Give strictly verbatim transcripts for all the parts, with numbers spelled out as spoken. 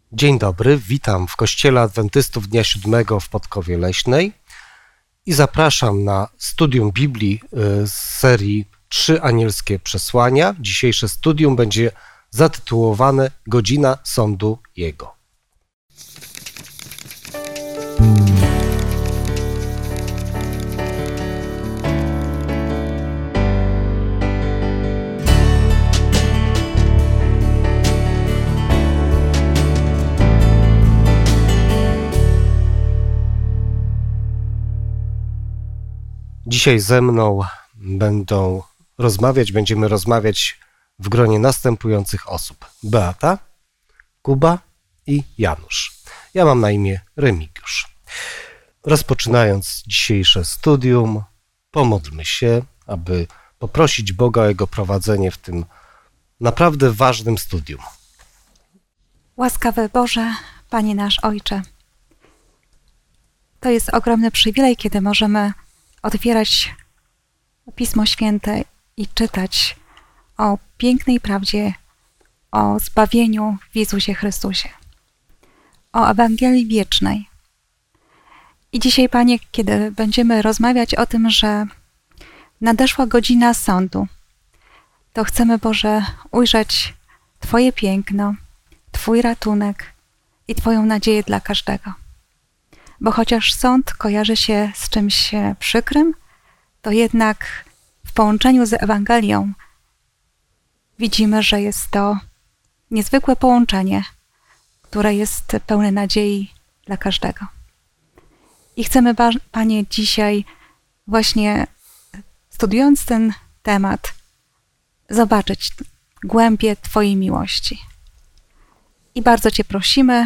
Dzień dobry, witam w Kościele Adwentystów Dnia Siódmego w Podkowie Leśnej i zapraszam na studium Biblii z serii Trzy anielskie przesłania. Dzisiejsze studium będzie zatytułowane Godzina sądu Jego. Dzisiaj ze mną będą rozmawiać, będziemy rozmawiać w gronie następujących osób. Beata, Kuba i Janusz. Ja mam na imię Remigiusz. Rozpoczynając dzisiejsze studium, pomódlmy się, aby poprosić Boga o Jego prowadzenie w tym naprawdę ważnym studium. Łaskawy Boże, Panie nasz Ojcze, to jest ogromny przywilej, kiedy możemy otwierać Pismo Święte i czytać o pięknej prawdzie, o zbawieniu w Jezusie Chrystusie, o Ewangelii wiecznej. I dzisiaj, Panie, kiedy będziemy rozmawiać o tym, że nadeszła godzina sądu, to chcemy, Boże, ujrzeć Twoje piękno, Twój ratunek i Twoją nadzieję dla każdego. Bo chociaż sąd kojarzy się z czymś przykrym, to jednak w połączeniu z Ewangelią widzimy, że jest to niezwykłe połączenie, które jest pełne nadziei dla każdego. I chcemy, Panie, dzisiaj właśnie studiując ten temat, zobaczyć głębię Twojej miłości. I bardzo Cię prosimy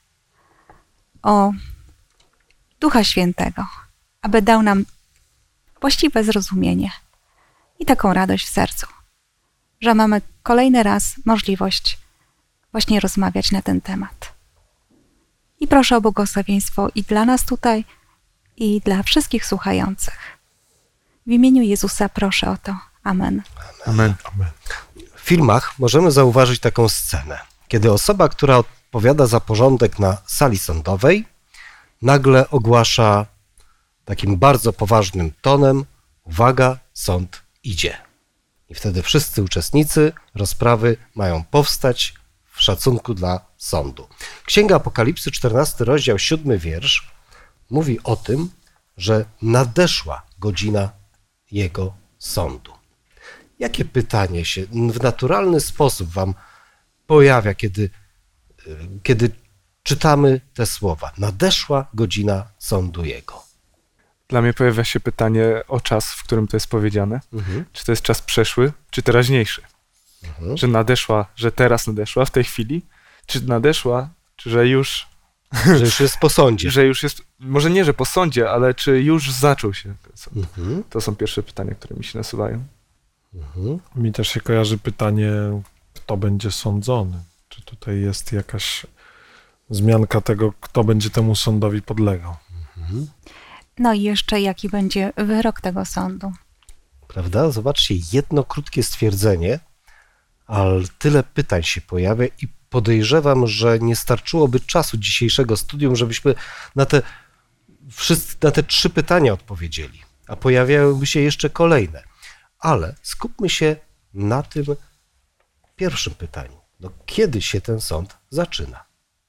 o Ducha Świętego, aby dał nam właściwe zrozumienie i taką radość w sercu, że mamy kolejny raz możliwość właśnie rozmawiać na ten temat. I proszę o błogosławieństwo i dla nas tutaj, i dla wszystkich słuchających. W imieniu Jezusa proszę o to. Amen. Amen. Amen. W filmach możemy zauważyć taką scenę, kiedy osoba, która odpowiada za porządek na sali sądowej, nagle ogłasza takim bardzo poważnym tonem: uwaga, sąd idzie. I wtedy wszyscy uczestnicy rozprawy mają powstać w szacunku dla sądu. Księga Apokalipsy, czternasty rozdział, siódmy wiersz, mówi o tym, że nadeszła godzina Jego sądu. Jakie pytanie się w naturalny sposób wam pojawia, kiedy, kiedy czytamy te słowa? Nadeszła godzina sądu Jego. Dla mnie pojawia się pytanie o czas, w którym to jest powiedziane. Mhm. Czy to jest czas przeszły, czy teraźniejszy? Mhm. Że nadeszła, że teraz nadeszła w tej chwili, czy nadeszła, czy że już... Że już jest po sądzie. Że już jest, może nie, że po sądzie, ale czy już zaczął się ten sąd? Mhm. To są pierwsze pytania, które mi się nasuwają. Mhm. Mi też się kojarzy pytanie, kto będzie sądzony. Czy tutaj jest jakaś wzmianka tego, kto będzie temu sądowi podlegał. Mhm. No i jeszcze jaki będzie wyrok tego sądu. Prawda? Zobaczcie, jedno krótkie stwierdzenie, ale tyle pytań się pojawia i podejrzewam, że nie starczyłoby czasu dzisiejszego studium, żebyśmy na te, wszyscy, na te trzy pytania odpowiedzieli, a pojawiałyby się jeszcze kolejne. Ale skupmy się na tym pierwszym pytaniu. No, kiedy się ten sąd zaczyna?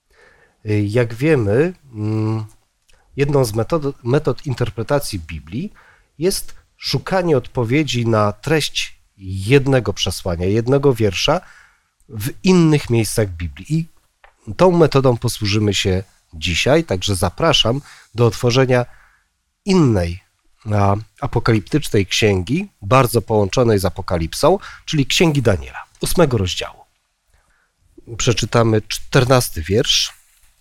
Jak wiemy, jedną z metod, metod interpretacji Biblii jest szukanie odpowiedzi na treść jednego przesłania, jednego wiersza w innych miejscach Biblii. I tą metodą posłużymy się dzisiaj, także zapraszam do otworzenia innej apokaliptycznej księgi, bardzo połączonej z Apokalipsą, czyli Księgi Daniela, ósmego rozdziału. Przeczytamy czternasty wiersz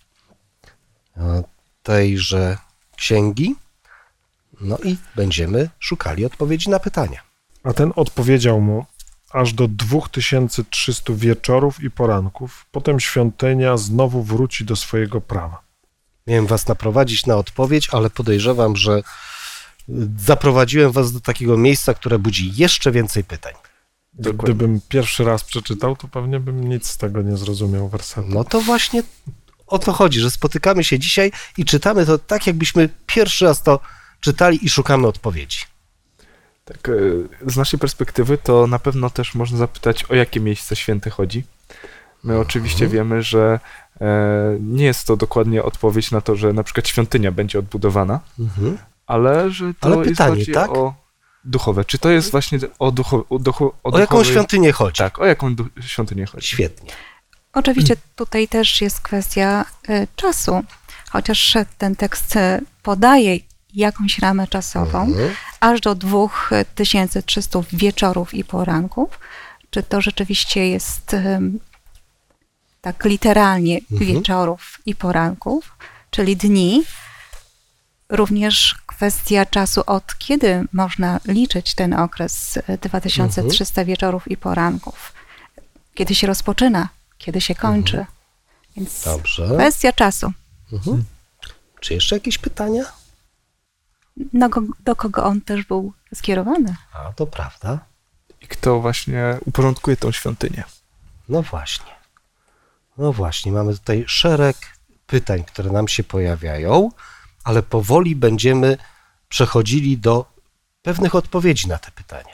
tejże księgi, no i będziemy szukali odpowiedzi na pytania. A ten odpowiedział mu: aż do dwa tysiące trzysta wieczorów i poranków, potem świątynia znowu wróci do swojego prawa. Miałem was naprowadzić na odpowiedź, ale podejrzewam, że zaprowadziłem was do takiego miejsca, które budzi jeszcze więcej pytań. Dokładnie. Gdybym pierwszy raz przeczytał, to pewnie bym nic z tego nie zrozumiał wersetu. No to właśnie o to chodzi, że spotykamy się dzisiaj i czytamy to tak, jakbyśmy pierwszy raz to czytali i szukamy odpowiedzi. Tak, z naszej perspektywy to na pewno też można zapytać, o jakie miejsce święte chodzi. My oczywiście mhm. wiemy, że e, nie jest to dokładnie odpowiedź na to, że na przykład świątynia będzie odbudowana, mhm. ale że to ale jest pytanie, bardziej tak? o duchowe. Czy to jest właśnie o, ducho, o, ducho, o, o jaką duchowej... świątynię chodzi? Tak, o jaką du- świątynię chodzi. Świetnie. Oczywiście tutaj też jest kwestia y, czasu, chociaż ten tekst podaje jakąś ramę czasową, mhm. aż do dwa tysiące trzysta wieczorów i poranków. Czy to rzeczywiście jest y, tak literalnie mhm. wieczorów i poranków, czyli dni? Również kwestia czasu, od kiedy można liczyć ten okres dwa tysiące trzysta mhm. wieczorów i poranków. Kiedy się rozpoczyna, kiedy się kończy. Mhm. Więc Dobrze. Kwestia czasu. Mhm. Czy jeszcze jakieś pytania? No, do kogo on też był skierowany? A, to prawda. I kto właśnie uporządkuje tą świątynię? No właśnie. No właśnie, mamy tutaj szereg pytań, które nam się pojawiają, ale powoli będziemy przechodzili do pewnych odpowiedzi na te pytania.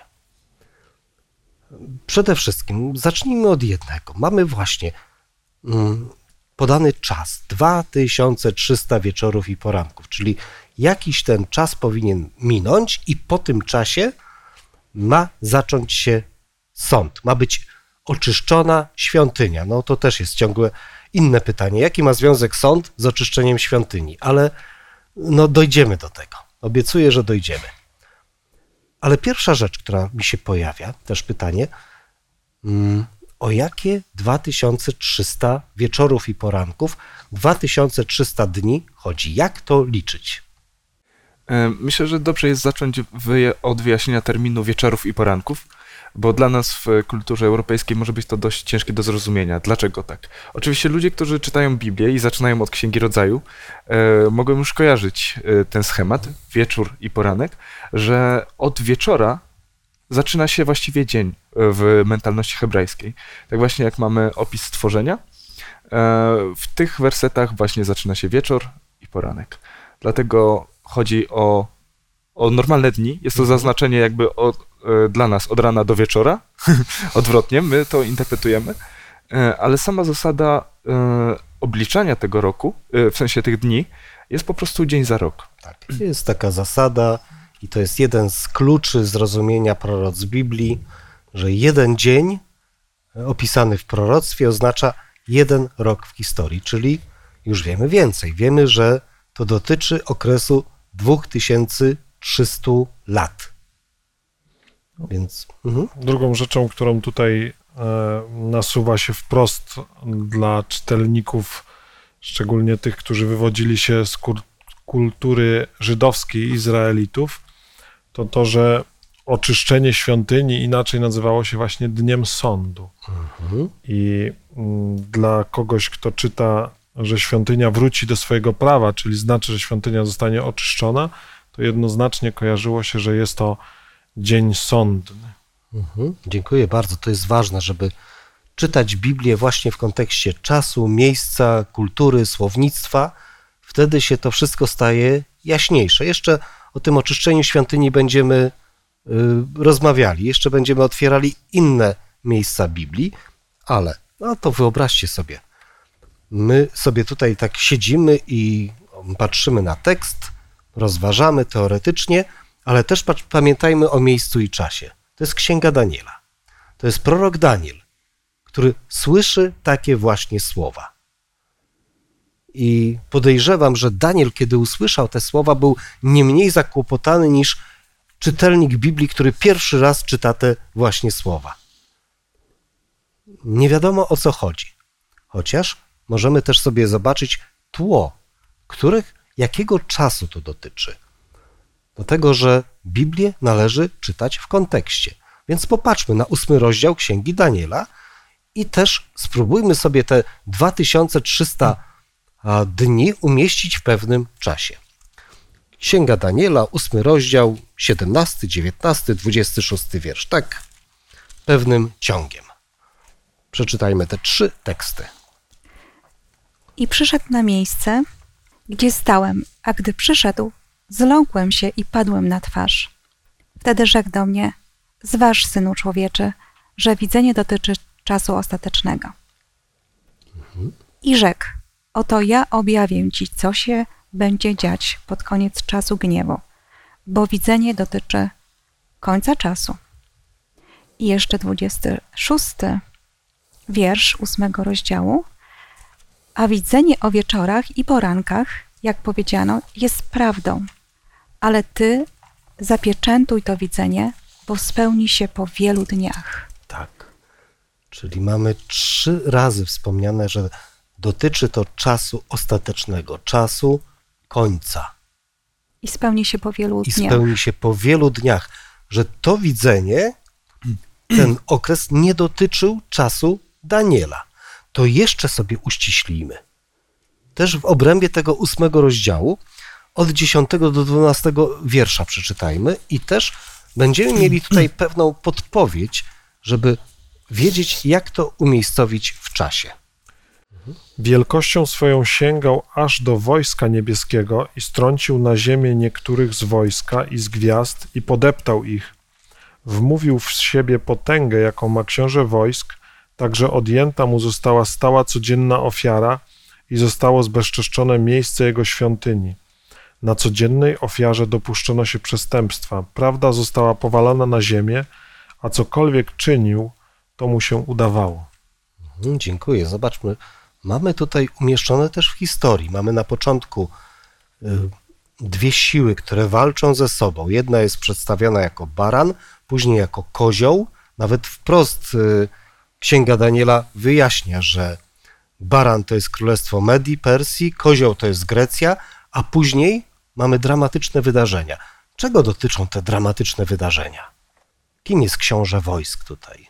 Przede wszystkim zacznijmy od jednego. Mamy właśnie mm, podany czas, dwa tysiące trzysta wieczorów i poranków, czyli jakiś ten czas powinien minąć i po tym czasie ma zacząć się sąd, ma być oczyszczona świątynia. No to też jest ciągle inne pytanie, jaki ma związek sąd z oczyszczeniem świątyni, ale no dojdziemy do tego, obiecuję, że dojdziemy. Ale pierwsza rzecz, która mi się pojawia, też pytanie, mm, o jakie dwa tysiące trzysta wieczorów i poranków, dwa tysiące trzysta dni chodzi? Jak to liczyć? Myślę, że dobrze jest zacząć od wyjaśnienia terminu wieczorów i poranków, bo dla nas w kulturze europejskiej może być to dość ciężkie do zrozumienia. Dlaczego tak? Oczywiście ludzie, którzy czytają Biblię i zaczynają od Księgi Rodzaju, e, mogą już kojarzyć e, ten schemat, wieczór i poranek, że od wieczora zaczyna się właściwie dzień w mentalności hebrajskiej. Tak właśnie jak mamy opis stworzenia, e, w tych wersetach właśnie zaczyna się wieczór i poranek. Dlatego chodzi o, o normalne dni. Jest to zaznaczenie jakby od, e, dla nas od rana do wieczora. Odwrotnie, my to interpretujemy. E, ale sama zasada e, obliczania tego roku, e, w sensie tych dni, jest po prostu dzień za rok. Tak, jest taka zasada i to jest jeden z kluczy zrozumienia proroc Biblii, że jeden dzień opisany w proroctwie oznacza jeden rok w historii, czyli już wiemy więcej. Wiemy, że to dotyczy okresu dwa tysiące trzysta lat. Więc, mhm. Drugą rzeczą, którą tutaj e, nasuwa się wprost dla czytelników, szczególnie tych, którzy wywodzili się z kur- kultury żydowskiej Izraelitów, to to, że oczyszczenie świątyni inaczej nazywało się właśnie Dniem Sądu. Mhm. I m, dla kogoś, kto czyta, że świątynia wróci do swojego prawa, czyli znaczy, że świątynia zostanie oczyszczona, to jednoznacznie kojarzyło się, że jest to dzień sądny. Mhm. Dziękuję bardzo. To jest ważne, żeby czytać Biblię właśnie w kontekście czasu, miejsca, kultury, słownictwa. Wtedy się to wszystko staje jaśniejsze. Jeszcze o tym oczyszczeniu świątyni będziemy y, rozmawiali. Jeszcze będziemy otwierali inne miejsca Biblii, ale no to wyobraźcie sobie, my sobie tutaj tak siedzimy i patrzymy na tekst, rozważamy teoretycznie, ale też pamiętajmy o miejscu i czasie. To jest Księga Daniela. To jest prorok Daniel, który słyszy takie właśnie słowa. I podejrzewam, że Daniel, kiedy usłyszał te słowa, był nie mniej zakłopotany niż czytelnik Biblii, który pierwszy raz czyta te właśnie słowa. Nie wiadomo, o co chodzi. Chociaż możemy też sobie zobaczyć tło, których, jakiego czasu to dotyczy. Do tego, że Biblię należy czytać w kontekście. Więc popatrzmy na ósmy rozdział Księgi Daniela i też spróbujmy sobie te dwa tysiące trzysta dni umieścić w pewnym czasie. Księga Daniela, ósmy rozdział, siedemnasty, dziewiętnasty, dwudziesty szósty wiersz. Tak pewnym ciągiem. Przeczytajmy te trzy teksty. I przyszedł na miejsce, gdzie stałem, a gdy przyszedł, zląkłem się i padłem na twarz. Wtedy rzekł do mnie: zważ, synu człowieczy, że widzenie dotyczy czasu ostatecznego. Mhm. I rzekł: oto ja objawię ci, co się będzie dziać pod koniec czasu gniewu, bo widzenie dotyczy końca czasu. I jeszcze dwudziesty szósty wiersz ósmego rozdziału. A widzenie o wieczorach i porankach, jak powiedziano, jest prawdą, ale ty zapieczętuj to widzenie, bo spełni się po wielu dniach. Tak. Czyli mamy trzy razy wspomniane, że dotyczy to czasu ostatecznego, czasu końca. I spełni się po wielu I dniach. spełni się po wielu dniach, że to widzenie, ten okres nie dotyczył czasu Daniela. To jeszcze sobie uściślimy. Też w obrębie tego ósmego rozdziału od dziesiątego do dwunastego wiersza przeczytajmy i też będziemy mieli tutaj pewną podpowiedź, żeby wiedzieć, jak to umiejscowić w czasie. Wielkością swoją sięgał aż do wojska niebieskiego i strącił na ziemię niektórych z wojska i z gwiazd i podeptał ich. Wmówił w siebie potęgę, jaką ma książę wojsk, tak że odjęta mu została stała codzienna ofiara i zostało zbezczeszczone miejsce jego świątyni. Na codziennej ofiarze dopuszczono się przestępstwa. Prawda została powalona na ziemię, a cokolwiek czynił, to mu się udawało. Mhm, dziękuję. Zobaczmy, mamy tutaj umieszczone też w historii. Mamy na początku y, dwie siły, które walczą ze sobą. Jedna jest przedstawiona jako baran, później jako kozioł. Nawet wprost y, Księga Daniela wyjaśnia, że baran to jest królestwo Medii, Persji, kozioł to jest Grecja, a później mamy dramatyczne wydarzenia. Czego dotyczą te dramatyczne wydarzenia? Kim jest książę wojsk tutaj?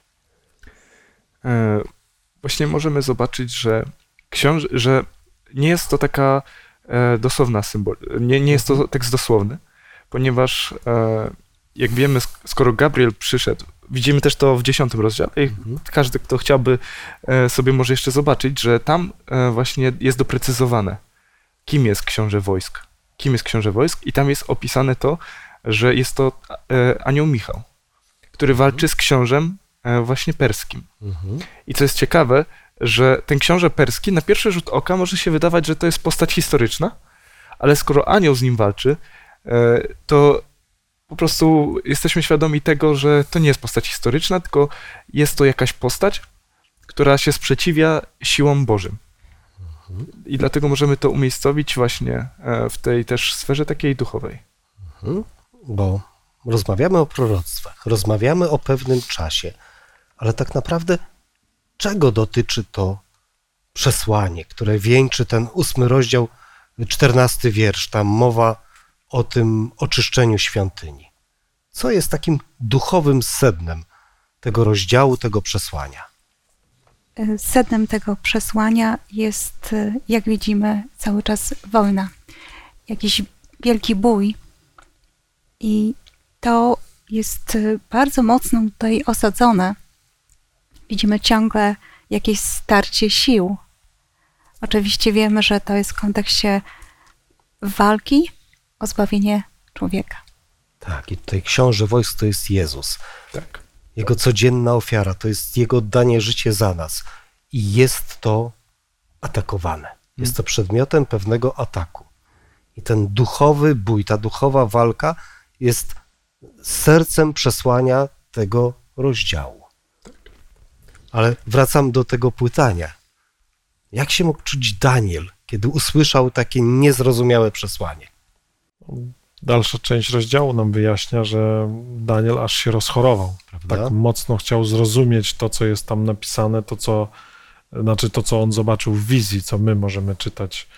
E, właśnie możemy zobaczyć, że, książ- że nie jest to taka e, dosłowna symbol, nie, nie jest to tekst dosłowny, ponieważ e, jak wiemy, sk- skoro Gabriel przyszedł, widzimy też to w dziesiątym rozdziale i Mhm. każdy, kto chciałby e, sobie może jeszcze zobaczyć, że tam e, właśnie jest doprecyzowane, kim jest książę wojsk. Kim jest książę wojsk i tam jest opisane to, że jest to e, anioł Michał, który walczy z książem e, właśnie perskim. Mhm. I co jest ciekawe, że ten książę perski na pierwszy rzut oka może się wydawać, że to jest postać historyczna, ale skoro anioł z nim walczy, e, to po prostu jesteśmy świadomi tego, że to nie jest postać historyczna, tylko jest to jakaś postać, która się sprzeciwia siłom Bożym. I dlatego możemy to umiejscowić właśnie w tej też sferze takiej duchowej. Mhm. Bo rozmawiamy o proroctwach, rozmawiamy o pewnym czasie, ale tak naprawdę czego dotyczy to przesłanie, które wieńczy ten ósmy rozdział, czternasty wiersz, tam mowa o tym oczyszczeniu świątyni. Co jest takim duchowym sednem tego rozdziału, tego przesłania? Sednem tego przesłania jest, jak widzimy, cały czas wojna. Jakiś wielki bój. I to jest bardzo mocno tutaj osadzone. Widzimy ciągle jakieś starcie sił. Oczywiście wiemy, że to jest w kontekście walki o zbawienie człowieka. Tak, i tutaj książę wojsk to jest Jezus. Tak. Jego codzienna ofiara, to jest Jego oddanie życie za nas. I jest to atakowane. Jest to przedmiotem pewnego ataku. I ten duchowy bój, ta duchowa walka jest sercem przesłania tego rozdziału. Ale wracam do tego pytania. Jak się mógł czuć Daniel, kiedy usłyszał takie niezrozumiałe przesłanie? Dalsza część rozdziału nam wyjaśnia, że Daniel aż się rozchorował. Prawda? Tak mocno chciał zrozumieć to, co jest tam napisane, to, co, znaczy to, co on zobaczył w wizji, co my możemy czytać.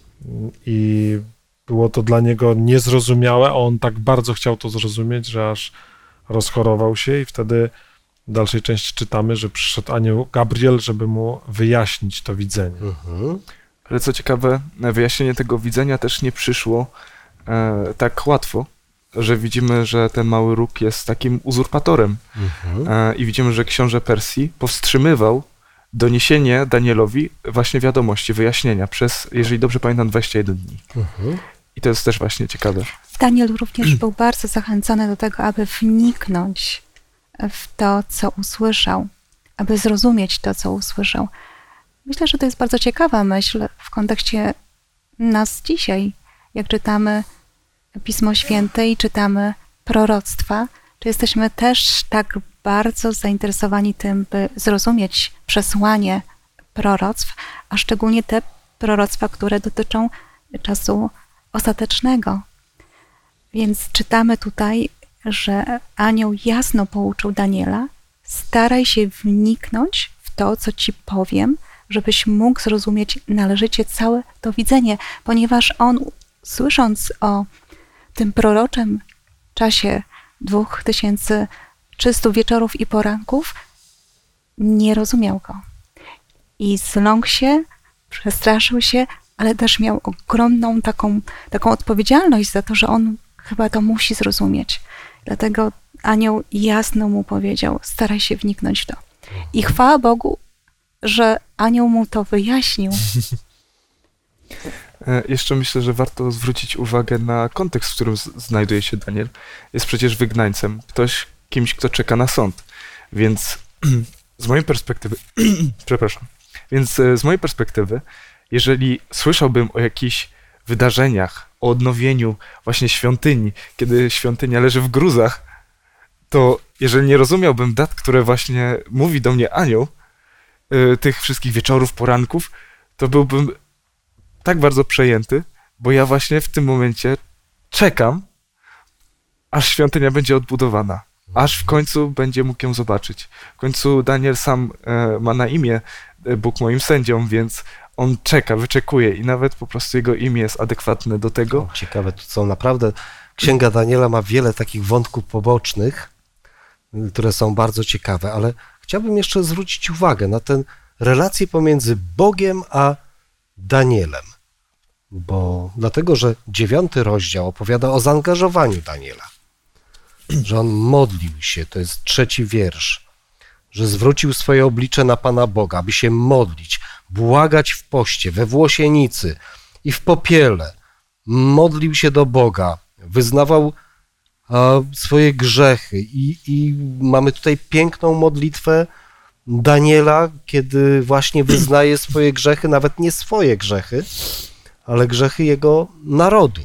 I było to dla niego niezrozumiałe, a on tak bardzo chciał to zrozumieć, że aż rozchorował się i wtedy w dalszej części czytamy, że przyszedł anioł Gabriel, żeby mu wyjaśnić to widzenie. Mhm. Ale co ciekawe, wyjaśnienie tego widzenia też nie przyszło e, tak łatwo, że widzimy, że ten mały róg jest takim uzurpatorem Mhm. e, i widzimy, że książę Persji powstrzymywał doniesienie Danielowi właśnie wiadomości, wyjaśnienia przez, jeżeli dobrze pamiętam, dwadzieścia jeden dni. Mhm. I to jest też właśnie ciekawe. Daniel również był bardzo zachęcony do tego, aby wniknąć w to, co usłyszał, aby zrozumieć to, co usłyszał. Myślę, że to jest bardzo ciekawa myśl w kontekście nas dzisiaj, jak czytamy Pismo Święte i czytamy proroctwa, czy jesteśmy też tak bardzo zainteresowani tym, by zrozumieć przesłanie proroctw, a szczególnie te proroctwa, które dotyczą czasu ostatecznego. Więc czytamy tutaj, że anioł jasno pouczył Daniela: staraj się wniknąć w to, co ci powiem, żebyś mógł zrozumieć należycie całe to widzenie, ponieważ on, słysząc o tym proroczym czasie dwóch tysięcy trzystu wieczorów i poranków, nie rozumiał go. I zląkł się, przestraszył się, ale też miał ogromną taką, taką odpowiedzialność za to, że on chyba to musi zrozumieć. Dlatego anioł jasno mu powiedział: staraj się wniknąć w to. I chwała Bogu, że anioł mu to wyjaśnił. Jeszcze myślę, że warto zwrócić uwagę na kontekst, w którym znajduje się Daniel. Jest przecież wygnańcem, ktoś, kimś, kto czeka na sąd. Więc z mojej perspektywy, przepraszam, więc z mojej perspektywy, jeżeli słyszałbym o jakichś wydarzeniach, o odnowieniu właśnie świątyni, kiedy świątynia leży w gruzach, to jeżeli nie rozumiałbym dat, które właśnie mówi do mnie anioł, yy, tych wszystkich wieczorów, poranków, to byłbym tak bardzo przejęty, bo ja właśnie w tym momencie czekam, aż świątynia będzie odbudowana, aż w końcu będzie mógł ją zobaczyć. W końcu Daniel sam e, ma na imię Bóg moim sędzią, więc on czeka, wyczekuje i nawet po prostu jego imię jest adekwatne do tego. O, ciekawe, to są naprawdę... Księga Daniela ma wiele takich wątków pobocznych, które są bardzo ciekawe, ale chciałbym jeszcze zwrócić uwagę na tę relację pomiędzy Bogiem a Danielem, bo dlatego, że dziewiąty rozdział opowiada o zaangażowaniu Daniela, że on modlił się, to jest trzeci wiersz, że zwrócił swoje oblicze na Pana Boga, aby się modlić, błagać w poście, we włosienicy i w popiele. Modlił się do Boga, wyznawał a, swoje grzechy i, i mamy tutaj piękną modlitwę Daniela, kiedy właśnie wyznaje swoje grzechy, nawet nie swoje grzechy, ale grzechy jego narodu.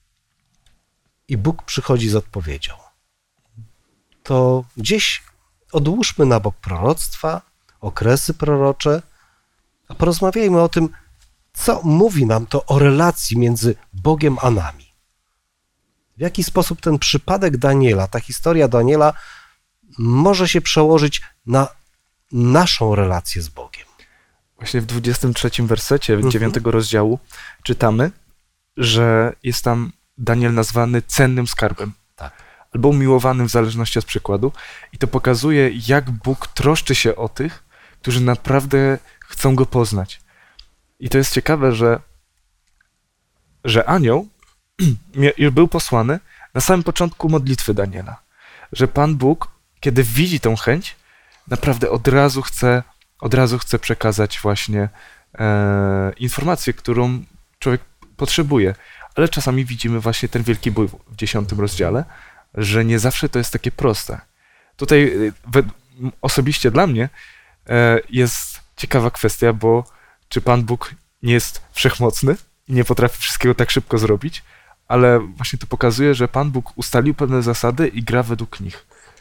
I Bóg przychodzi z odpowiedzią. To gdzieś odłóżmy na bok proroctwa, okresy prorocze, a porozmawiajmy o tym, co mówi nam to o relacji między Bogiem a nami. W jaki sposób ten przypadek Daniela, ta historia Daniela może się przełożyć na naszą relację z Bogiem. Właśnie w dwudziestym trzecim wersecie dziewiątego rozdziału czytamy, że jest tam Daniel nazwany cennym skarbem. Tak. Albo umiłowanym w zależności od przykładu. I to pokazuje, jak Bóg troszczy się o tych, którzy naprawdę chcą Go poznać. I to jest ciekawe, że, że anioł już był posłany na samym początku modlitwy Daniela. Że Pan Bóg, kiedy widzi tą chęć, naprawdę od razu chce, od razu chce przekazać właśnie e, informację, którą człowiek potrzebuje. Ale czasami widzimy właśnie ten wielki bój w dziesiątym rozdziale, że nie zawsze to jest takie proste. Tutaj we, osobiście dla mnie e, jest ciekawa kwestia, bo czy Pan Bóg nie jest wszechmocny i nie potrafi wszystkiego tak szybko zrobić, ale właśnie to pokazuje, że Pan Bóg ustalił pewne zasady i gra według nich.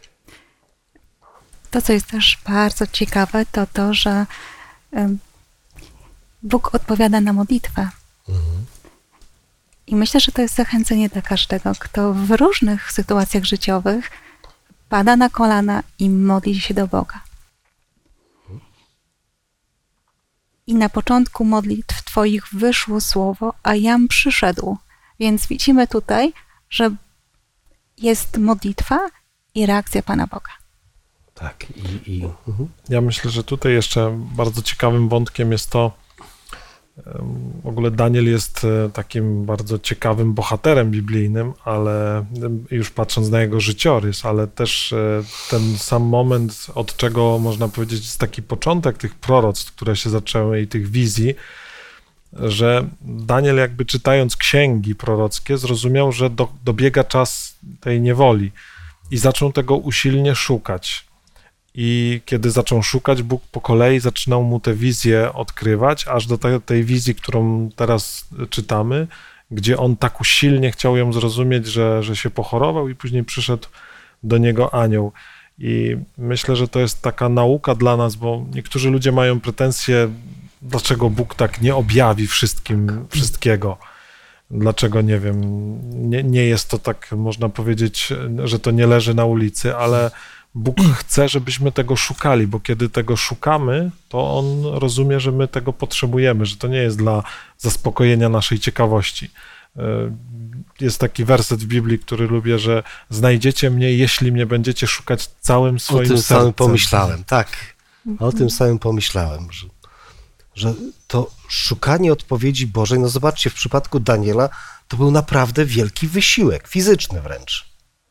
To, co jest też bardzo ciekawe, to to, że Bóg odpowiada na modlitwę. Mhm. I myślę, że to jest zachęcenie dla każdego, kto w różnych sytuacjach życiowych pada na kolana i modli się do Boga. I na początku modlitw Twoich wyszło słowo, a jam przyszedł. Więc widzimy tutaj, że jest modlitwa i reakcja Pana Boga. Tak. I, i... Mhm. Ja myślę, że tutaj jeszcze bardzo ciekawym wątkiem jest to, W ogóle Daniel jest takim bardzo ciekawym bohaterem biblijnym, ale już patrząc na jego życiorys, ale też ten sam moment, od czego można powiedzieć jest taki początek tych proroctw, które się zaczęły i tych wizji, że Daniel jakby czytając księgi prorockie zrozumiał, że do, dobiega czas tej niewoli i zaczął tego usilnie szukać. I kiedy zaczął szukać, Bóg po kolei zaczynał mu te wizje odkrywać, aż do tej, tej wizji, którą teraz czytamy, gdzie on tak usilnie chciał ją zrozumieć, że, że się pochorował i później przyszedł do niego anioł. I myślę, że to jest taka nauka dla nas, bo niektórzy ludzie mają pretensje, dlaczego Bóg tak nie objawi wszystkim, wszystkiego. Dlaczego, nie wiem, nie, nie jest to tak, można powiedzieć, że to nie leży na ulicy, ale Bóg chce, żebyśmy tego szukali, bo kiedy tego szukamy, to On rozumie, że my tego potrzebujemy, że to nie jest dla zaspokojenia naszej ciekawości. Jest taki werset w Biblii, który lubię, że znajdziecie mnie, jeśli mnie będziecie szukać całym swoim sercem. O tym samym pomyślałem, tak. O tym samym pomyślałem, że, że to szukanie odpowiedzi Bożej, no zobaczcie, w przypadku Daniela to był naprawdę wielki wysiłek, fizyczny wręcz.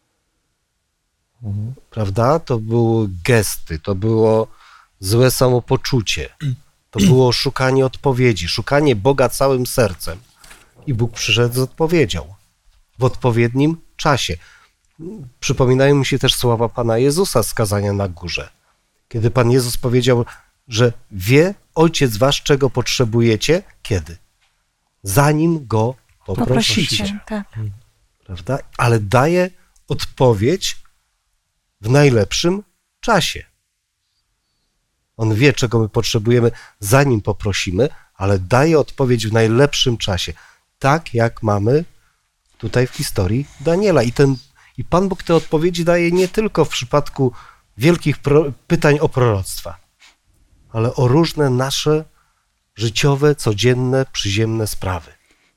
Mhm. Prawda? To były gesty, to było złe samopoczucie, to było szukanie odpowiedzi, szukanie Boga całym sercem. I Bóg przyszedł z odpowiedzią w odpowiednim czasie. Przypominają mi się też słowa Pana Jezusa z kazania na górze, kiedy Pan Jezus powiedział, że wie Ojciec wasz, czego potrzebujecie, kiedy? Zanim Go poprosicie. Poprosicie, tak. Prawda? Ale daje odpowiedź w najlepszym czasie. On wie, czego my potrzebujemy, zanim poprosimy, ale daje odpowiedź w najlepszym czasie. Tak, jak mamy tutaj w historii Daniela. I, ten, i Pan Bóg te odpowiedzi daje nie tylko w przypadku wielkich pro, pytań o proroctwa, ale o różne nasze życiowe, codzienne, przyziemne sprawy.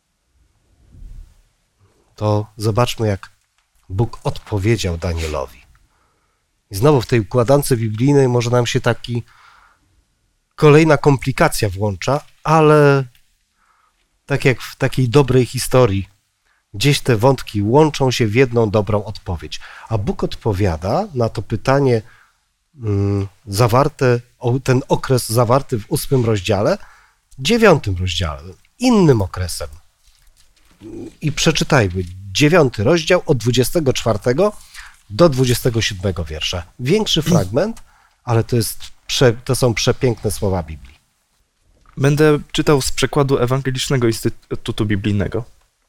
To zobaczmy, jak Bóg odpowiedział Danielowi. I znowu w tej układance biblijnej może nam się taki kolejna komplikacja włącza, ale tak jak w takiej dobrej historii, gdzieś te wątki łączą się w jedną dobrą odpowiedź. A Bóg odpowiada na to pytanie mm, zawarte, ten okres zawarty w ósmym rozdziale, dziewiątym rozdziale, innym okresem. I przeczytajmy dziewiąty rozdział od dwudziestego czwartego do dwudziestego siódmego wiersza. Większy fragment, ale to, jest prze, to są przepiękne słowa Biblii. Będę czytał z przekładu Ewangelicznego Instytutu Biblijnego.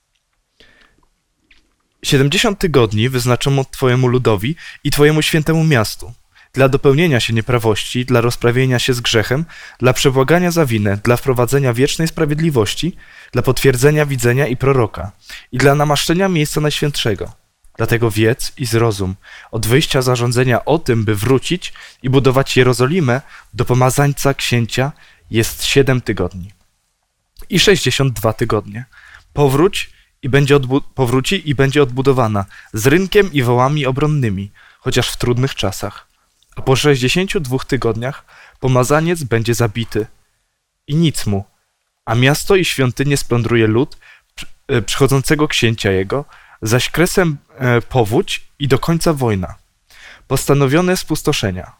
Siedemdziesiąt tygodni wyznaczono Twojemu ludowi i Twojemu świętemu miastu, dla dopełnienia się nieprawości, dla rozprawienia się z grzechem, dla przebłagania za winę, dla wprowadzenia wiecznej sprawiedliwości, dla potwierdzenia widzenia i proroka i dla namaszczenia miejsca najświętszego. Dlatego wiedz i zrozum od wyjścia zarządzenia o tym, by wrócić i budować Jerozolimę do pomazańca księcia jest siedem tygodni i sześćdziesiąt dwa tygodnie. Powróć i będzie odbu- powróci i będzie odbudowana z rynkiem i wołami obronnymi, chociaż w trudnych czasach. A po sześćdziesięciu dwóch tygodniach pomazaniec będzie zabity i nic mu, a miasto i świątynię splądruje lud przychodzącego księcia jego, zaś kresem e, powódź i do końca wojna. Postanowione spustoszenia.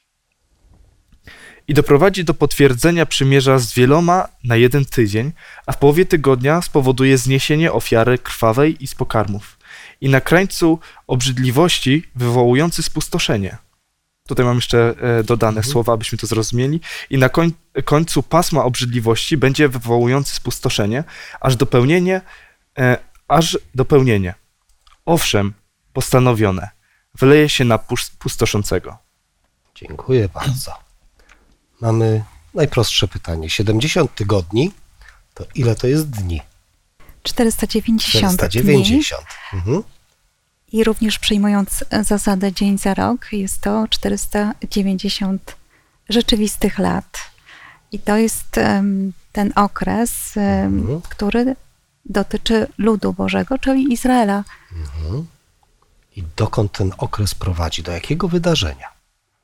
I doprowadzi do potwierdzenia przymierza z wieloma na jeden tydzień, a w połowie tygodnia spowoduje zniesienie ofiary krwawej i z pokarmów. I na krańcu obrzydliwości wywołujący spustoszenie. Tutaj mam jeszcze e, dodane mhm. słowa, abyśmy to zrozumieli. I na koń, końcu pasma obrzydliwości będzie wywołujący spustoszenie, aż dopełnienie, e, aż dopełnienie. Owszem, postanowione. Wyleje się na pustoszącego. Dziękuję bardzo. Mamy najprostsze pytanie. siedemdziesiąt tygodni, to ile to jest dni? czterysta dziewięćdziesiąt, czterysta dziewięćdziesiąt. Mhm. I również przyjmując zasadę dzień za rok, jest to czterysta dziewięćdziesiąt rzeczywistych lat. I to jest um, ten okres, um, mhm. który dotyczy ludu Bożego, czyli Izraela. Mhm. I dokąd ten okres prowadzi? Do jakiego wydarzenia?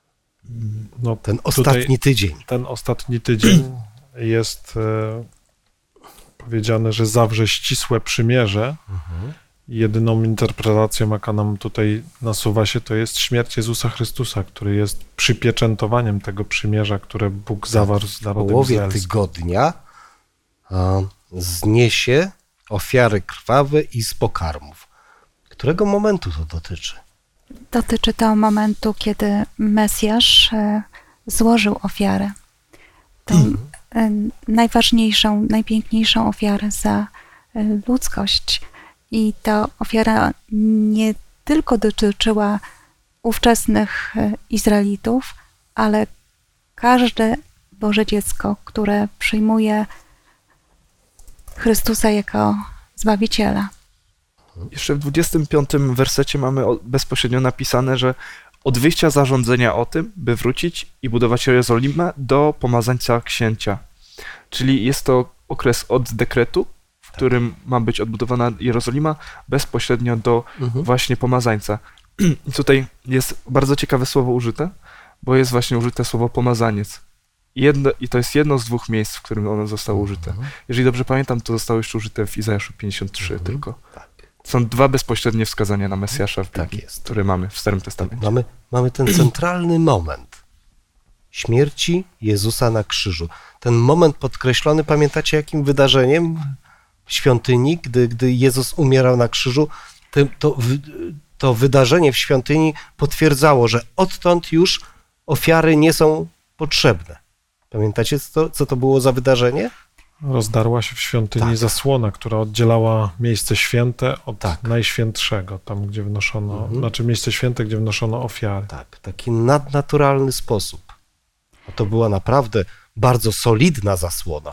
No, ten ostatni tydzień. Ten ostatni tydzień jest powiedziane, że zawrze ścisłe przymierze. Mhm. Jedyną interpretacją, jaka nam tutaj nasuwa się, to jest śmierć Jezusa Chrystusa, który jest przypieczętowaniem tego przymierza, które Bóg zawarł z W narodem połowie izraelskim. tygodnia a, zniesie ofiary krwawe i z pokarmów. Którego momentu to dotyczy? Dotyczy to momentu, kiedy Mesjasz e, złożył ofiarę. Tą e, najważniejszą, najpiękniejszą ofiarę za e, ludzkość. I ta ofiara nie tylko dotyczyła ówczesnych e, Izraelitów, ale każde Boże dziecko, które przyjmuje Chrystusa jako Zbawiciela. Jeszcze w dwudziestym piątym wersecie mamy o- bezpośrednio napisane, że od wyjścia zarządzenia o tym, by wrócić i budować Jerozolimę do pomazańca księcia. Czyli jest to okres od dekretu, w którym ma być odbudowana Jerozolima, bezpośrednio do Mhm. właśnie pomazańca. I tutaj jest bardzo ciekawe słowo użyte, bo jest właśnie użyte słowo pomazaniec. Jedno, I to jest jedno z dwóch miejsc, w którym ono zostało użyte. Mhm. Jeżeli dobrze pamiętam, to zostało jeszcze użyte w Izajaszu pięćdziesiąt trzy Mhm. tylko. Tak. Są dwa bezpośrednie wskazania na Mesjasza w Tak Biblii, jest. które mamy w Starym Testamencie. Mamy, mamy ten centralny moment śmierci Jezusa na krzyżu. Ten moment podkreślony, pamiętacie jakim wydarzeniem w świątyni, gdy, gdy Jezus umierał na krzyżu? To, to, wy- to wydarzenie w świątyni potwierdzało, że odtąd już ofiary nie są potrzebne. Pamiętacie, co to, co to było za wydarzenie? Rozdarła się w świątyni Tak. zasłona, która oddzielała miejsce święte od Tak. najświętszego, tam gdzie wnoszono, Mhm. znaczy miejsce święte, gdzie wnoszono ofiary. Tak, w taki nadnaturalny sposób. A to była naprawdę bardzo solidna zasłona.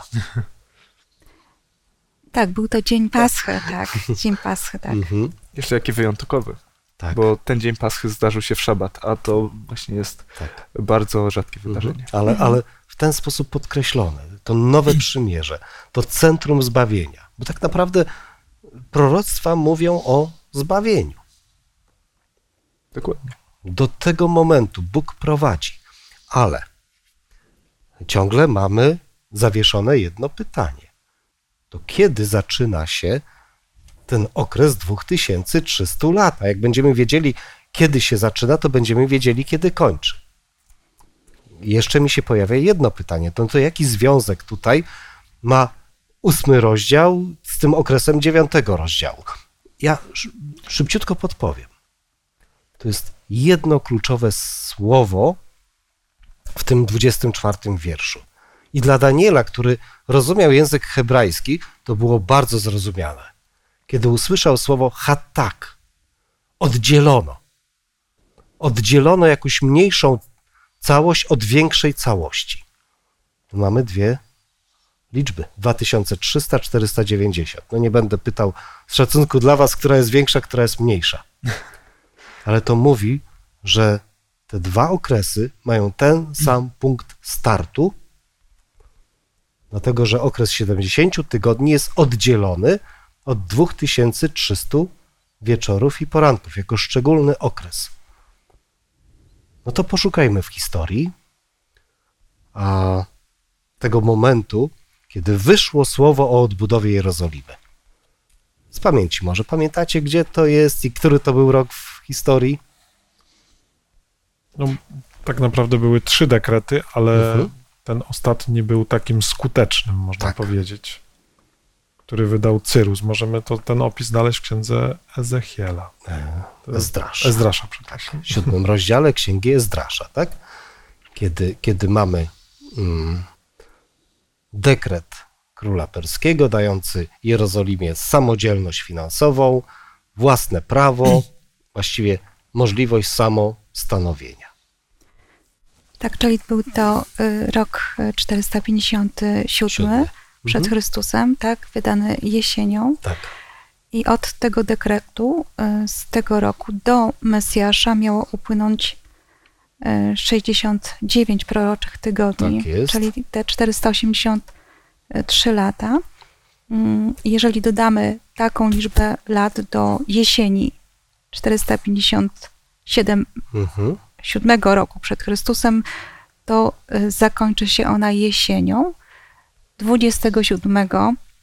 Tak, był to dzień Paschy, tak, dzień Paschy, tak. Mhm. Jeszcze jaki wyjątkowy, Tak. bo ten dzień Paschy zdarzył się w szabat, a to właśnie jest Tak. bardzo rzadkie wydarzenie. Mhm. Ale, ale w ten sposób podkreślone, to nowe przymierze, to centrum zbawienia. Bo tak naprawdę proroctwa mówią o zbawieniu. Dokładnie. Do tego momentu Bóg prowadzi. Ale ciągle mamy zawieszone jedno pytanie. To kiedy zaczyna się ten okres dwa tysiące trzysta lat? A jak będziemy wiedzieli, kiedy się zaczyna, to będziemy wiedzieli, kiedy kończy. Jeszcze mi się pojawia jedno pytanie. To, to jaki związek tutaj ma ósmy rozdział z tym okresem dziewiątego rozdziału? Ja sz- szybciutko podpowiem. To jest jedno kluczowe słowo w tym dwudziestym czwartym wierszu. I dla Daniela, który rozumiał język hebrajski, to było bardzo zrozumiałe. Kiedy usłyszał słowo hatak, oddzielono. Oddzielono jakąś mniejszą całość od większej całości. Tu mamy dwie liczby. dwa tysiące trzysta, czterysta dziewięćdziesiąt. No nie będę pytał z szacunku dla was, która jest większa, która jest mniejsza. Ale to mówi, że te dwa okresy mają ten sam punkt startu, dlatego że okres siedemdziesięciu tygodni jest oddzielony od dwa tysiące trzysta wieczorów i poranków, jako szczególny okres. No to poszukajmy w historii a tego momentu, kiedy wyszło słowo o odbudowie Jerozolimy. Z pamięci może pamiętacie, gdzie to jest i który to był rok w historii? No, tak naprawdę były trzy dekrety, ale Mhm. ten ostatni był takim skutecznym, można Tak. powiedzieć, który wydał Cyrus. Możemy to, ten opis znaleźć w księdze Ezechiela. To jest- Ezdrasz. Ezdrasza, przepraszam. W siódmym rozdziale księgi Ezdrasza, tak? Kiedy, kiedy mamy mm, dekret króla perskiego dający Jerozolimie samodzielność finansową, własne prawo, właściwie możliwość samostanowienia. Tak, czyli był to y, rok y, czterysta pięćdziesiąty siódmy Siódmy. przed Mhm. Chrystusem, tak, wydany jesienią. Tak. I od tego dekretu y, z tego roku do Mesjasza miało upłynąć y, sześćdziesiąt dziewięć proroczych tygodni, Tak jest. czyli te czterysta osiemdziesiąt trzy lata. Mm, Jeżeli dodamy taką liczbę lat do jesieni czterysta pięćdziesiąt siedem Mhm. siódmego roku przed Chrystusem, to y, zakończy się ona jesienią dwudziestego siódmego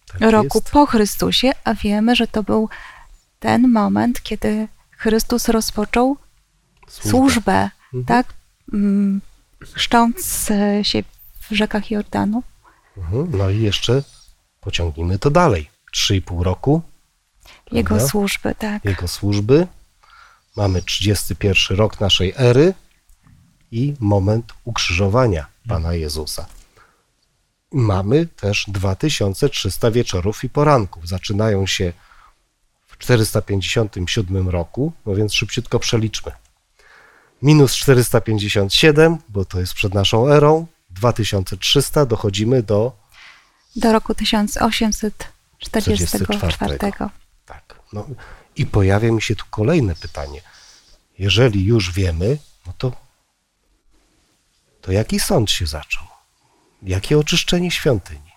Tak roku jest. po Chrystusie, a wiemy, że to był ten moment, kiedy Chrystus rozpoczął Służbę. służbę, Mhm. tak? Mm, Chrzcząc e, się w rzekach Jordanu. Mhm. No i jeszcze pociągnijmy to dalej. Trzy i pół roku Jego Prawda? służby, tak. Jego służby. Mamy trzydziesty pierwszy rok naszej ery i moment ukrzyżowania Pana Jezusa. Mamy też dwa tysiące trzysta wieczorów i poranków. Zaczynają się w czterysta pięćdziesiątym siódmym roku, no więc szybciutko przeliczmy. Minus czterysta pięćdziesiąt siedem, bo to jest przed naszą erą, dwa tysiące trzysta, dochodzimy do... Do roku tysiąc osiemset czterdziestego czwartego. Tak. No i pojawia mi się tu kolejne pytanie. Jeżeli już wiemy, no to, to jaki sąd się zaczął? Jakie oczyszczenie świątyni?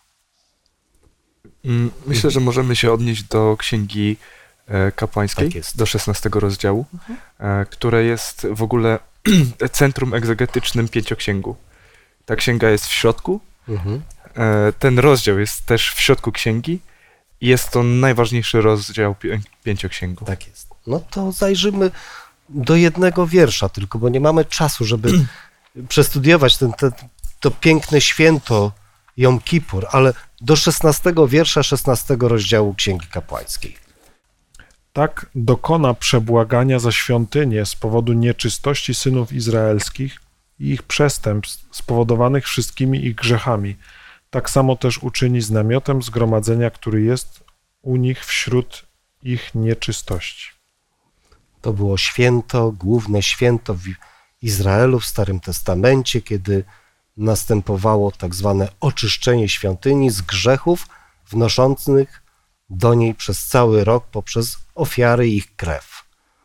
Mm, Myślę, że możemy się odnieść do Księgi e, Kapłańskiej, Tak jest. do szesnastego rozdziału, e, które jest w ogóle centrum egzegetycznym pięcioksięgu. Ta księga jest w środku, Mhm. e, ten rozdział jest też w środku księgi i jest to najważniejszy rozdział pię- pięcioksięgu. Tak jest. No to zajrzymy do jednego wiersza tylko, bo nie mamy czasu, żeby przestudiować ten, ten, to piękne święto Jom Kippur, ale do szesnastego wiersza szesnastego rozdziału Księgi Kapłańskiej. Tak dokona przebłagania za świątynię z powodu nieczystości synów izraelskich i ich przestępstw spowodowanych wszystkimi ich grzechami. Tak samo też uczyni z namiotem zgromadzenia, który jest u nich wśród ich nieczystości. To było święto, główne święto w Izraelu w Starym Testamencie, kiedy następowało tak zwane oczyszczenie świątyni z grzechów wnoszących do niej przez cały rok poprzez ofiary i ich krew.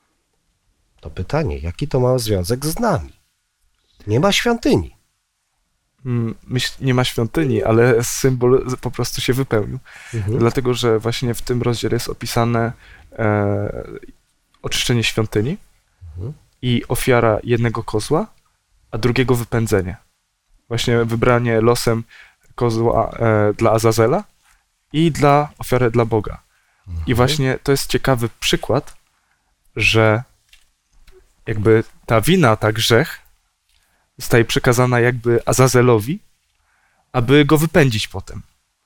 To pytanie, jaki to ma związek z nami? Nie ma świątyni. Mm, Myśl, nie ma świątyni, ale symbol z- po prostu się wypełnił. Mhm. Dlatego, że właśnie w tym rozdziale jest opisane e, oczyszczenie świątyni Mhm. i ofiara jednego kozła, a drugiego wypędzenie. Właśnie wybranie losem kozła e, dla Azazela i dla ofiary dla Boga. I właśnie to jest ciekawy przykład, że jakby ta wina, ta grzech zostaje przekazana jakby Azazelowi, aby go wypędzić potem.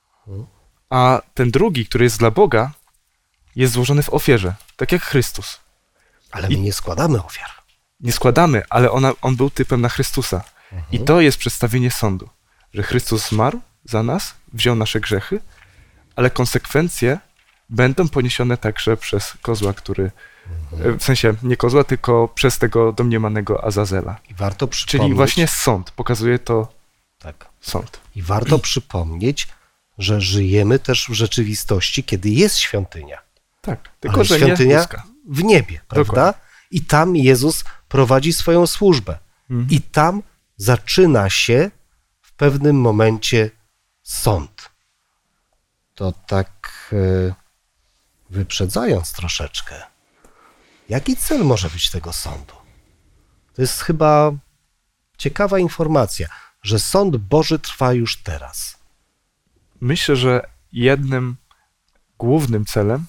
A ten drugi, który jest dla Boga, jest złożony w ofierze, tak jak Chrystus. Ale my nie składamy ofiar. Nie składamy, ale ona, on był typem na Chrystusa. I to jest przedstawienie sądu, że Chrystus zmarł za nas, wziął nasze grzechy, ale konsekwencje będą poniesione także przez kozła, który, w sensie nie kozła, tylko przez tego domniemanego Azazela. I warto przypomnieć, Czyli właśnie sąd, pokazuje to tak, sąd. i warto przypomnieć, że żyjemy też w rzeczywistości, kiedy jest świątynia. Tak, tylko Ale że świątynia nie ludzka. w niebie, prawda? Dokładnie. I tam Jezus prowadzi swoją służbę. Mhm. I tam zaczyna się w pewnym momencie sąd. To tak e, wyprzedzając troszeczkę, jaki cel może być tego sądu? To jest chyba ciekawa informacja, że sąd Boży trwa już teraz. Myślę, że jednym głównym celem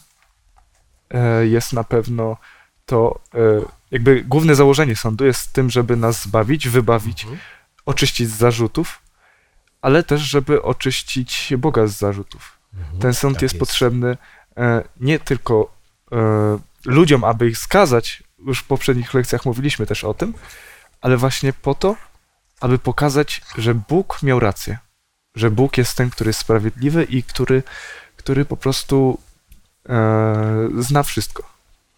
e, jest na pewno to, e, jakby główne założenie sądu jest tym, żeby nas zbawić, wybawić, Mhm. oczyścić z zarzutów, ale też, żeby oczyścić Boga z zarzutów. Mhm, Ten sąd tak jest, potrzebny e, nie tylko e, ludziom, aby ich skazać, już w poprzednich lekcjach mówiliśmy też o tym, ale właśnie po to, aby pokazać, że Bóg miał rację, że Bóg jest ten, który jest sprawiedliwy i który, który po prostu e, zna wszystko.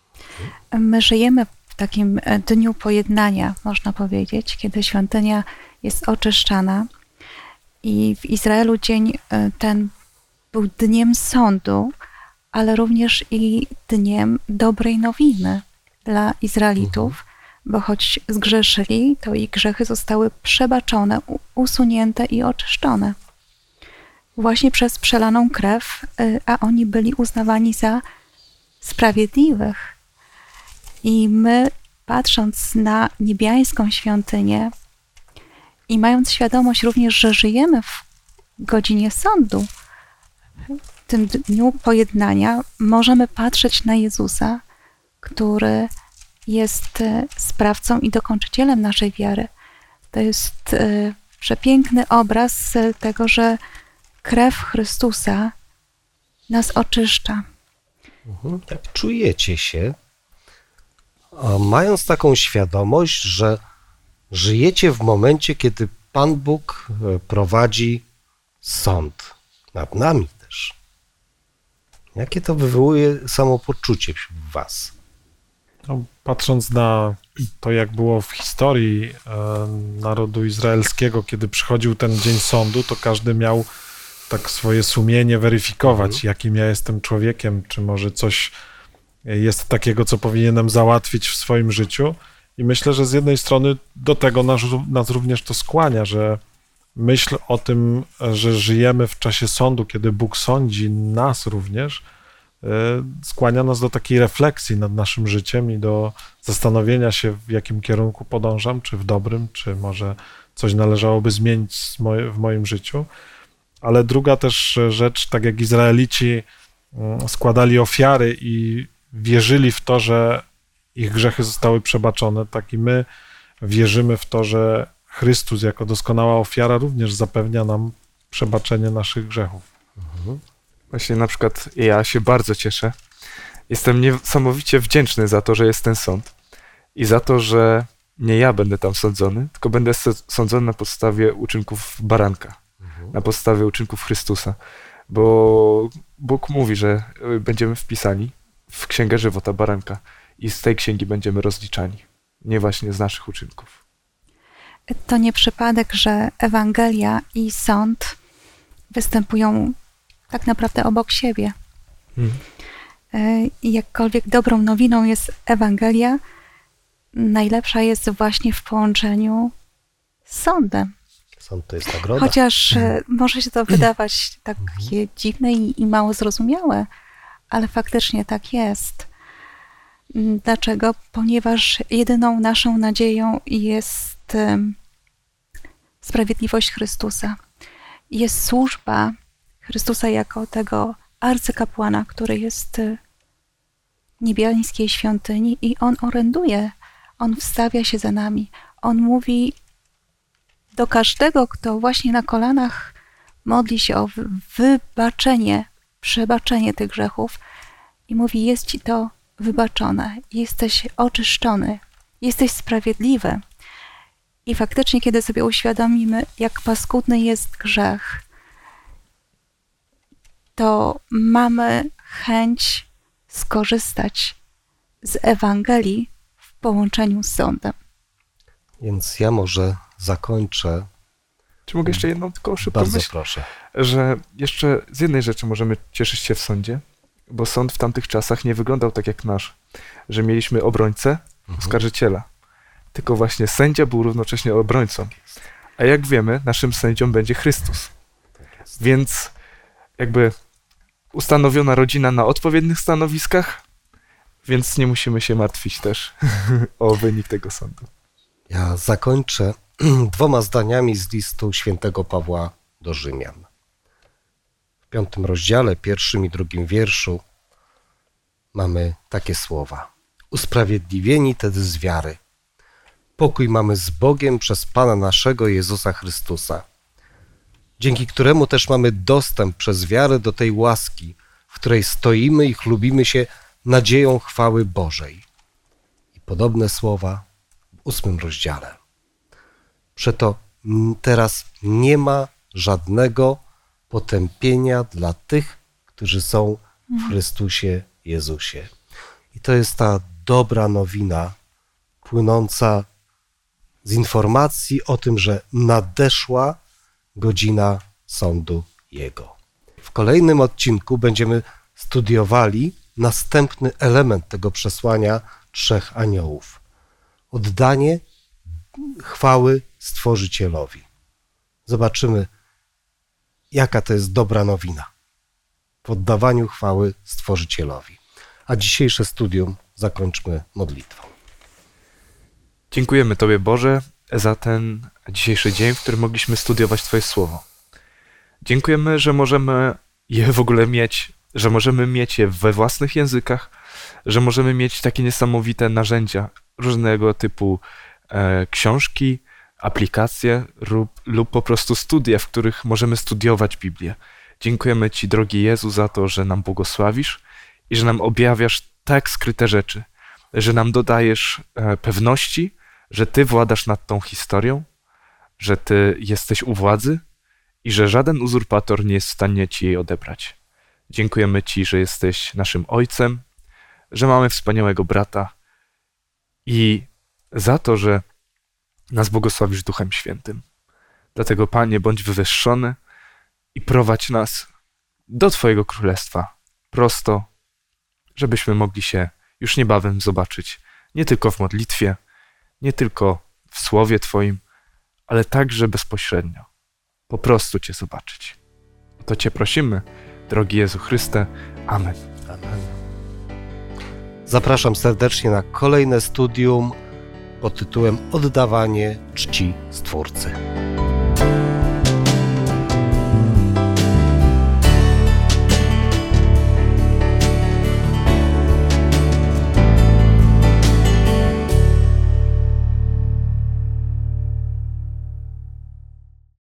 My żyjemy w takim e, dniu pojednania, można powiedzieć, kiedy świątynia jest oczyszczana i w Izraelu dzień e, ten był dniem sądu, ale również i dniem dobrej nowiny dla Izraelitów, bo choć zgrzeszyli, to ich grzechy zostały przebaczone, u- usunięte i oczyszczone. Właśnie przez przelaną krew, y, a oni byli uznawani za sprawiedliwych. I my, patrząc na niebiańską świątynię i mając świadomość również, że żyjemy w godzinie sądu, tym dniu pojednania możemy patrzeć na Jezusa, który jest sprawcą i dokończycielem naszej wiary. To jest przepiękny obraz tego, że krew Chrystusa nas oczyszcza. Mhm. Jak czujecie się, mając taką świadomość, że żyjecie w momencie, kiedy Pan Bóg prowadzi sąd nad nami też? Jakie to wywołuje samopoczucie w was? No, patrząc na to, jak było w historii e, narodu izraelskiego, kiedy przychodził ten dzień sądu, to każdy miał tak swoje sumienie weryfikować, mhm. jakim ja jestem człowiekiem, czy może coś jest takiego, co powinienem załatwić w swoim życiu. I myślę, że z jednej strony do tego nas, nas również to skłania, że myśl o tym, że żyjemy w czasie sądu, kiedy Bóg sądzi nas również, skłania nas do takiej refleksji nad naszym życiem i do zastanowienia się, w jakim kierunku podążam, czy w dobrym, czy może coś należałoby zmienić w moim życiu. Ale druga też rzecz, tak jak Izraelici składali ofiary i wierzyli w to, że ich grzechy zostały przebaczone, tak i my wierzymy w to, że Chrystus jako doskonała ofiara również zapewnia nam przebaczenie naszych grzechów. Mhm. Właśnie na przykład ja się bardzo cieszę. Jestem niesamowicie wdzięczny za to, że jest ten sąd i za to, że nie ja będę tam sądzony, tylko będę sądzony na podstawie uczynków baranka, mhm. na podstawie uczynków Chrystusa, bo Bóg mówi, że będziemy wpisani w Księgę Żywota baranka i z tej księgi będziemy rozliczani, nie właśnie z naszych uczynków. To nie przypadek, że Ewangelia i sąd występują tak naprawdę obok siebie. Hmm. I jakkolwiek dobrą nowiną jest Ewangelia, najlepsza jest właśnie w połączeniu z sądem. Sąd to jest nagroda. Chociaż hmm. może się to wydawać takie hmm. dziwne i, i mało zrozumiałe, ale faktycznie tak jest. Dlaczego? Ponieważ jedyną naszą nadzieją jest sprawiedliwość Chrystusa. Jest służba Chrystusa jako tego arcykapłana, który jest w niebiańskiej świątyni i On oręduje, On wstawia się za nami. On mówi do każdego, kto właśnie na kolanach modli się o wybaczenie, przebaczenie tych grzechów i mówi, jest ci to wybaczone, jesteś oczyszczony, jesteś sprawiedliwy. I faktycznie, kiedy sobie uświadomimy, jak paskudny jest grzech, to mamy chęć skorzystać z Ewangelii w połączeniu z sądem. Więc ja może zakończę. Czy mogę jeszcze jedną tylko szybką Bardzo myśl? proszę. Że jeszcze z jednej rzeczy możemy cieszyć się w sądzie, bo sąd w tamtych czasach nie wyglądał tak jak nasz, że mieliśmy obrońcę, mhm. oskarżyciela, tylko właśnie sędzia był równocześnie obrońcą. A jak wiemy, naszym sędzią będzie Chrystus. Więc jakby ustanowiona rodzina na odpowiednich stanowiskach, więc nie musimy się martwić też o wynik tego sądu. Ja zakończę dwoma zdaniami z listu świętego Pawła do Rzymian. W piątym rozdziale, pierwszym i drugim wierszu mamy takie słowa. Usprawiedliwieni tedy z wiary. Pokój mamy z Bogiem przez Pana naszego Jezusa Chrystusa, dzięki któremu też mamy dostęp przez wiarę do tej łaski, w której stoimy i chlubimy się nadzieją chwały Bożej. I podobne słowa w ósmym rozdziale. Przeto teraz nie ma żadnego potępienia dla tych, którzy są w Chrystusie Jezusie. I to jest ta dobra nowina płynąca z informacji o tym, że nadeszła godzina sądu Jego. W kolejnym odcinku będziemy studiowali następny element tego przesłania trzech aniołów. Oddanie chwały Stworzycielowi. Zobaczymy, jaka to jest dobra nowina w oddawaniu chwały Stworzycielowi. A dzisiejsze studium zakończmy modlitwą. Dziękujemy Tobie, Boże, za ten dzisiejszy dzień, w którym mogliśmy studiować Twoje Słowo. Dziękujemy, że możemy je w ogóle mieć, że możemy mieć je we własnych językach, że możemy mieć takie niesamowite narzędzia, różnego typu e, książki, aplikacje lub, lub po prostu studia, w których możemy studiować Biblię. Dziękujemy Ci, drogi Jezu, za to, że nam błogosławisz i że nam objawiasz tak skryte rzeczy, że nam dodajesz e, pewności, że Ty władasz nad tą historią, że Ty jesteś u władzy i że żaden uzurpator nie jest w stanie Ci jej odebrać. Dziękujemy Ci, że jesteś naszym Ojcem, że mamy wspaniałego brata i za to, że nas błogosławisz Duchem Świętym. Dlatego, Panie, bądź wywyższony i prowadź nas do Twojego Królestwa prosto, żebyśmy mogli się już niebawem zobaczyć nie tylko w modlitwie, nie tylko w Słowie Twoim, ale także bezpośrednio. Po prostu Cię zobaczyć. O to Cię prosimy, drogi Jezu Chryste. Amen. Amen. Zapraszam serdecznie na kolejne studium pod tytułem Oddawanie czci Stwórcy.